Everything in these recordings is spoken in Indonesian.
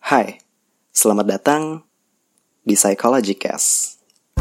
Hai, selamat datang di Psychology Cast.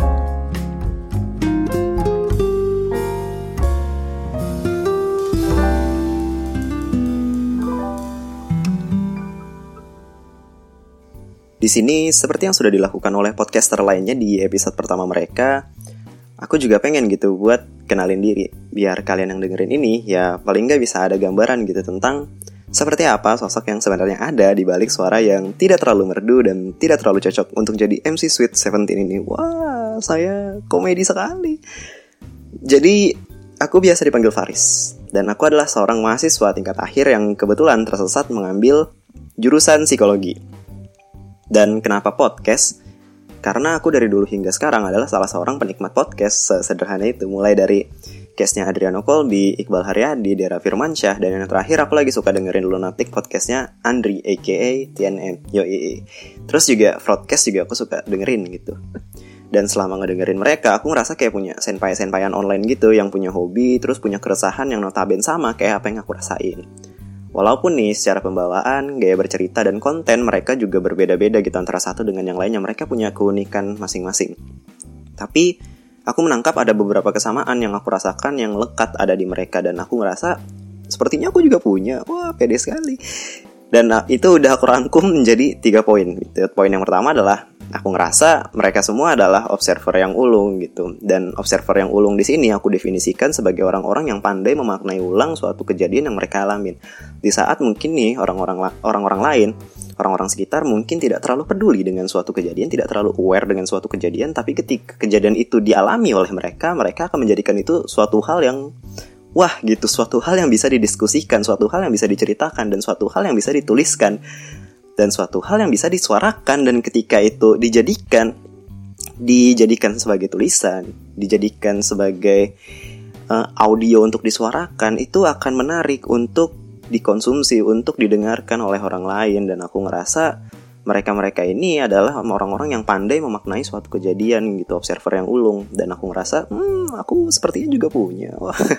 Di sini, seperti yang sudah dilakukan oleh podcaster lainnya di episode pertama mereka, aku juga pengen gitu buat kenalin diri. Biar kalian yang dengerin ini, ya paling nggak bisa ada gambaran gitu tentang seperti apa sosok yang sebenarnya ada di balik suara yang tidak terlalu merdu dan tidak terlalu cocok untuk jadi MC Sweet 17 ini. Wah, saya komedi sekali. Jadi, aku biasa dipanggil Faris. Dan aku adalah seorang mahasiswa tingkat akhir yang kebetulan tersesat mengambil jurusan psikologi. Dan kenapa podcast? Karena aku dari dulu hingga sekarang adalah salah seorang penikmat podcast sesederhana itu. Mulai dari case-nya Adriano Colby, Iqbal Haryadi, Dera Firmansyah, dan yang terakhir aku lagi suka dengerin Lunatic podcast-nya Andri aka TNM. Yoi. Terus juga Broadcast juga aku suka dengerin gitu. Dan selama ngedengerin mereka, aku ngerasa kayak punya senpai-senpaian online gitu yang punya hobi, terus punya keresahan yang notabene sama kayak apa yang aku rasain. Walaupun nih secara pembawaan, gaya bercerita, dan konten mereka juga berbeda-beda gitu antara satu dengan yang lainnya. Mereka punya keunikan masing-masing. Tapi aku menangkap ada beberapa kesamaan yang aku rasakan yang lekat ada di mereka. Dan aku ngerasa sepertinya aku juga punya. Wah, pede sekali. Dan itu udah aku rangkum menjadi 3 poin gitu. Poin yang pertama adalah aku ngerasa mereka semua adalah observer yang ulung gitu. Dan observer yang ulung di sini aku definisikan sebagai orang-orang yang pandai memaknai ulang suatu kejadian yang mereka alamin. Di saat mungkin nih orang-orang lain, orang-orang sekitar mungkin tidak terlalu peduli dengan suatu kejadian, tidak terlalu aware dengan suatu kejadian, tapi ketika kejadian itu dialami oleh mereka akan menjadikan itu suatu hal yang wah gitu, suatu hal yang bisa didiskusikan, suatu hal yang bisa diceritakan, dan suatu hal yang bisa dituliskan, dan suatu hal yang bisa disuarakan. Dan ketika itu dijadikan sebagai tulisan, dijadikan sebagai audio untuk disuarakan, itu akan menarik untuk dikonsumsi, untuk didengarkan oleh orang lain. Dan aku ngerasa mereka ini adalah orang-orang yang pandai memaknai suatu kejadian gitu, observer yang ulung. Dan aku ngerasa, aku sepertinya juga punya.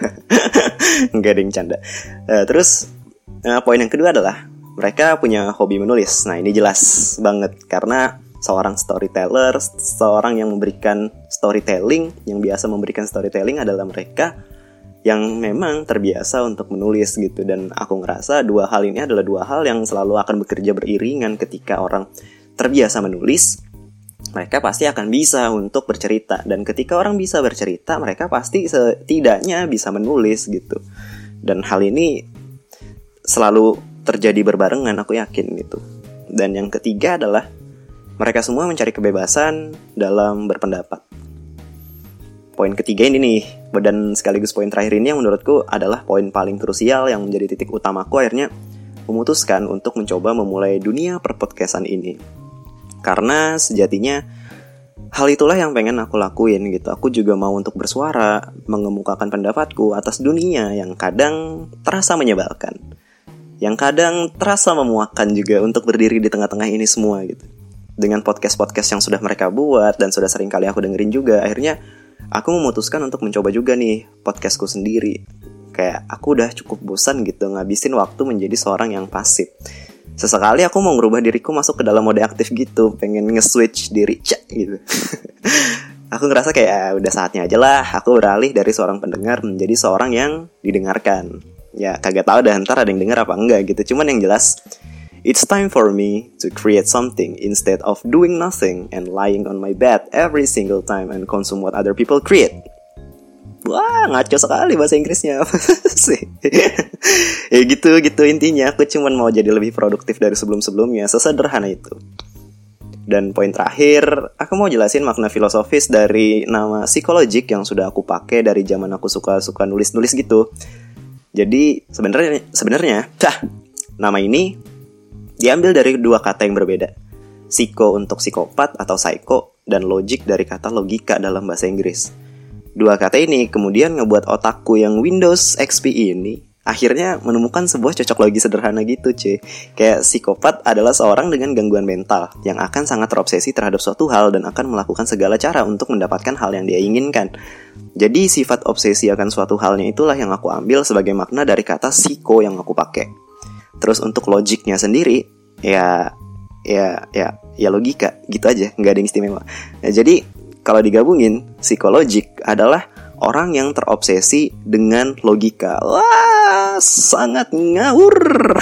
Enggak ada yang canda. Terus poin yang kedua adalah mereka punya hobi menulis. Nah, ini jelas banget karena seorang storyteller, seorang yang memberikan storytelling, yang biasa memberikan storytelling adalah mereka yang memang terbiasa untuk menulis gitu. Dan aku ngerasa dua hal ini adalah dua hal yang selalu akan bekerja beriringan. Ketika orang terbiasa menulis, mereka pasti akan bisa untuk bercerita. Dan ketika orang bisa bercerita, mereka pasti setidaknya bisa menulis gitu. Dan hal ini selalu terjadi berbarengan, aku yakin gitu. Dan yang ketiga adalah mereka semua mencari kebebasan dalam berpendapat. Poin ketiga ini nih, dan sekaligus poin terakhir ini yang menurutku adalah poin paling krusial yang menjadi titik utamaku akhirnya memutuskan untuk mencoba memulai dunia perpodcastan ini. Karena sejatinya hal itulah yang pengen aku lakuin gitu. Aku juga mau untuk bersuara, mengemukakan pendapatku atas dunia yang kadang terasa menyebalkan, yang kadang terasa memuakkan juga untuk berdiri di tengah-tengah ini semua gitu. Dengan podcast-podcast yang sudah mereka buat dan sudah sering kali aku dengerin juga, akhirnya aku memutuskan untuk mencoba juga nih podcastku sendiri. Kayak aku udah cukup bosan gitu ngabisin waktu menjadi seorang yang pasif. Sesekali aku mau ngerubah diriku masuk ke dalam mode aktif gitu, pengen nge-switch diri gitu. Aku ngerasa kayak udah saatnya aja lah aku beralih dari seorang pendengar menjadi seorang yang didengarkan. Ya kagak tahu dah ntar ada yang denger apa enggak gitu. Cuman yang jelas, it's time for me to create something instead of doing nothing and lying on my bed every single time and consume what other people create. Wah, ngaco sekali bahasa Inggrisnya. Ya gitu intinya. Aku cuma mau jadi lebih produktif dari sebelum-sebelumnya. Sesederhana itu. Dan poin terakhir, aku mau jelasin makna filosofis dari nama Psychologic yang sudah aku pakai dari zaman aku suka nulis-nulis gitu. Jadi sebenarnya nama ini diambil dari dua kata yang berbeda. Psycho untuk psikopat atau psycho, dan logic dari kata logika dalam bahasa Inggris. Dua kata ini kemudian ngebuat otakku yang Windows XP ini akhirnya menemukan sebuah cocok logi sederhana gitu cuy. Kayak psikopat adalah seorang dengan gangguan mental yang akan sangat terobsesi terhadap suatu hal dan akan melakukan segala cara untuk mendapatkan hal yang dia inginkan. Jadi sifat obsesi akan suatu halnya itulah yang aku ambil sebagai makna dari kata psycho yang aku pakai. Terus untuk logiknya sendiri, ya ya logika gitu aja, nggak ada yang istimewa. Nah, jadi kalau digabungin, psikologik adalah orang yang terobsesi dengan logika. Wah, sangat ngawur.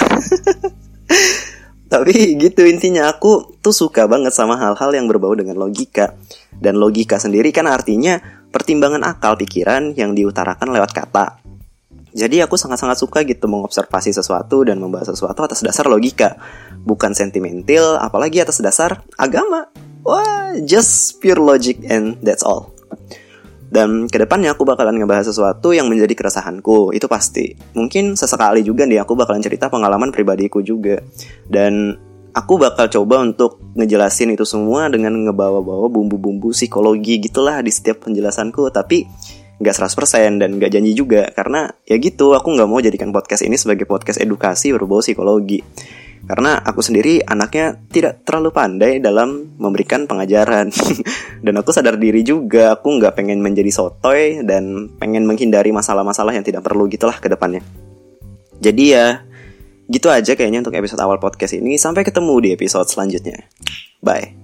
Tapi gitu intinya, aku tuh suka banget sama hal-hal yang berbau dengan logika. Dan logika sendiri kan artinya pertimbangan akal pikiran yang diutarakan lewat kata. Jadi aku sangat-sangat suka gitu mengobservasi sesuatu dan membahas sesuatu atas dasar logika, bukan sentimental, apalagi atas dasar agama. Wah, just pure logic and that's all. Dan kedepannya aku bakalan ngebahas sesuatu yang menjadi keresahanku, itu pasti. Mungkin sesekali juga nih aku bakalan cerita pengalaman pribadiku juga. Dan aku bakal coba untuk ngejelasin itu semua dengan ngebawa-bawa bumbu-bumbu psikologi gitulah di setiap penjelasanku. Tapi gak 100% dan gak janji juga, karena ya gitu, aku gak mau jadikan podcast ini sebagai podcast edukasi berbau psikologi. Karena aku sendiri anaknya tidak terlalu pandai dalam memberikan pengajaran. Dan aku sadar diri juga, aku gak pengen menjadi sotoy dan pengen menghindari masalah-masalah yang tidak perlu gitulah ke depannya. Jadi ya gitu aja kayaknya untuk episode awal podcast ini. Sampai ketemu di episode selanjutnya. Bye.